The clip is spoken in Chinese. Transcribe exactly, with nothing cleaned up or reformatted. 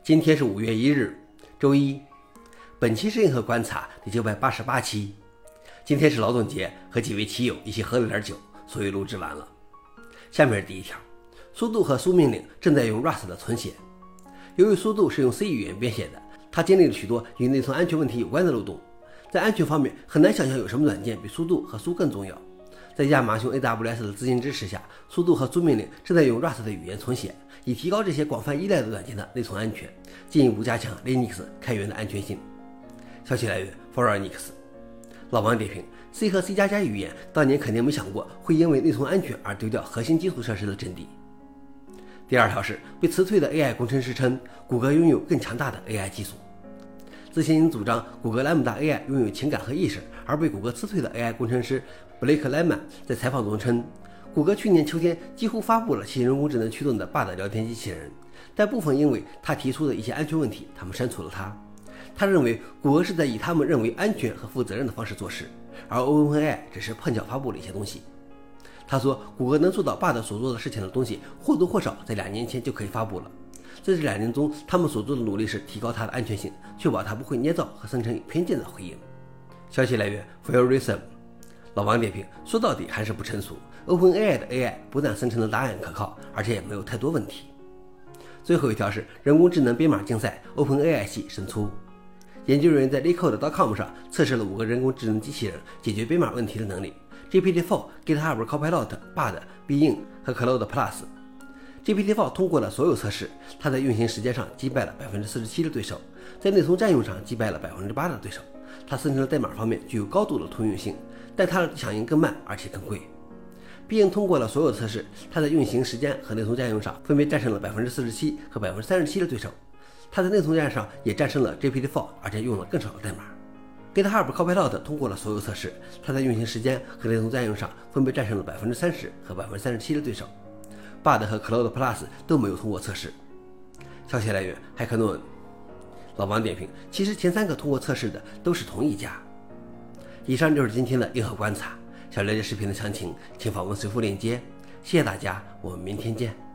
今天是五月一日，周一。本期是硬核观察第九百八十八期。今天是劳动节，和几位骑友一起喝了点酒，所以录制完了。下面是第一条，速度和苏命令正在用 Rust 的存写。由于速度是用 C 语言编写的，它经历了许多与内存安全问题有关的漏洞。在安全方面，很难想象有什么软件比速度和苏更重要。在亚马逊 A W S 的资金支持下，速度和苏命令正在用 Rust 的语言存写，以提高这些广泛依赖的软件的内存安全，进一步加强 Linux 开源的安全性。消息来源 ForUnix。老王点评 ：C 和 C 加加语言当年肯定没想过会因为内存安全而丢掉核心基础设施的阵地。第二条是被辞退的 A I 工程师称，谷歌拥有更强大的 A I 技术。自行因主张谷歌 Lambda A I 拥有情感和意识而被谷歌辞退的 A I 工程师 Blake Leman 在采访中称，谷歌去年秋天几乎发布了其人工智能驱动的 Bard 聊天机器人，但部分因为他提出的一些安全问题，他们删除了他。他认为谷歌是在以他们认为安全和负责任的方式做事，而 OpenAI 只是碰巧发布了一些东西。他说，谷歌能做到 Bard 所做的事情的东西，或多或少在两年前就可以发布了。在这两年中，他们所做的努力是提高它的安全性，确保它不会捏造和生成有偏见的回应。消息来源 FairReason。老王点评：说到底还是不成熟。OpenAI 的 A I 不但生成的答案可靠，而且也没有太多问题。最后一条是人工智能编码竞赛 ，OpenAI 系胜出。研究人员在 LeetCode 点 com 上测试了五个人工智能机器人解决编码问题的能力 ：G P T 四、GitHub Copilot、Bard、Bing 和 Claude Plus。G P T 四 通过了所有测试，它在运行时间上击败了 百分之四十七 的对手，在内存占用上击败了 百分之八 的对手。它生成的代码方面具有高度的通用性，但它的响应更慢，而且更贵。Bing 通过了所有测试，它在运行时间和内存占用上分别战胜了 百分之四十七 和 百分之三十七 的对手。它在内存占上也战胜了 G P T 四， 而且用了更少的代码。GitHub Copilot 通过了所有测试，它在运行时间和内存占用上分别战胜了 百分之三十 和 百分之三十七 的对手。Bard 和 Claude Plus 都没有通过测试。消息来源 HackerNoon。老王点评：其实前三个通过测试的都是同一家。以上就是今天的硬核观察。想了解视频的详情，请访问随附链接。谢谢大家，我们明天见。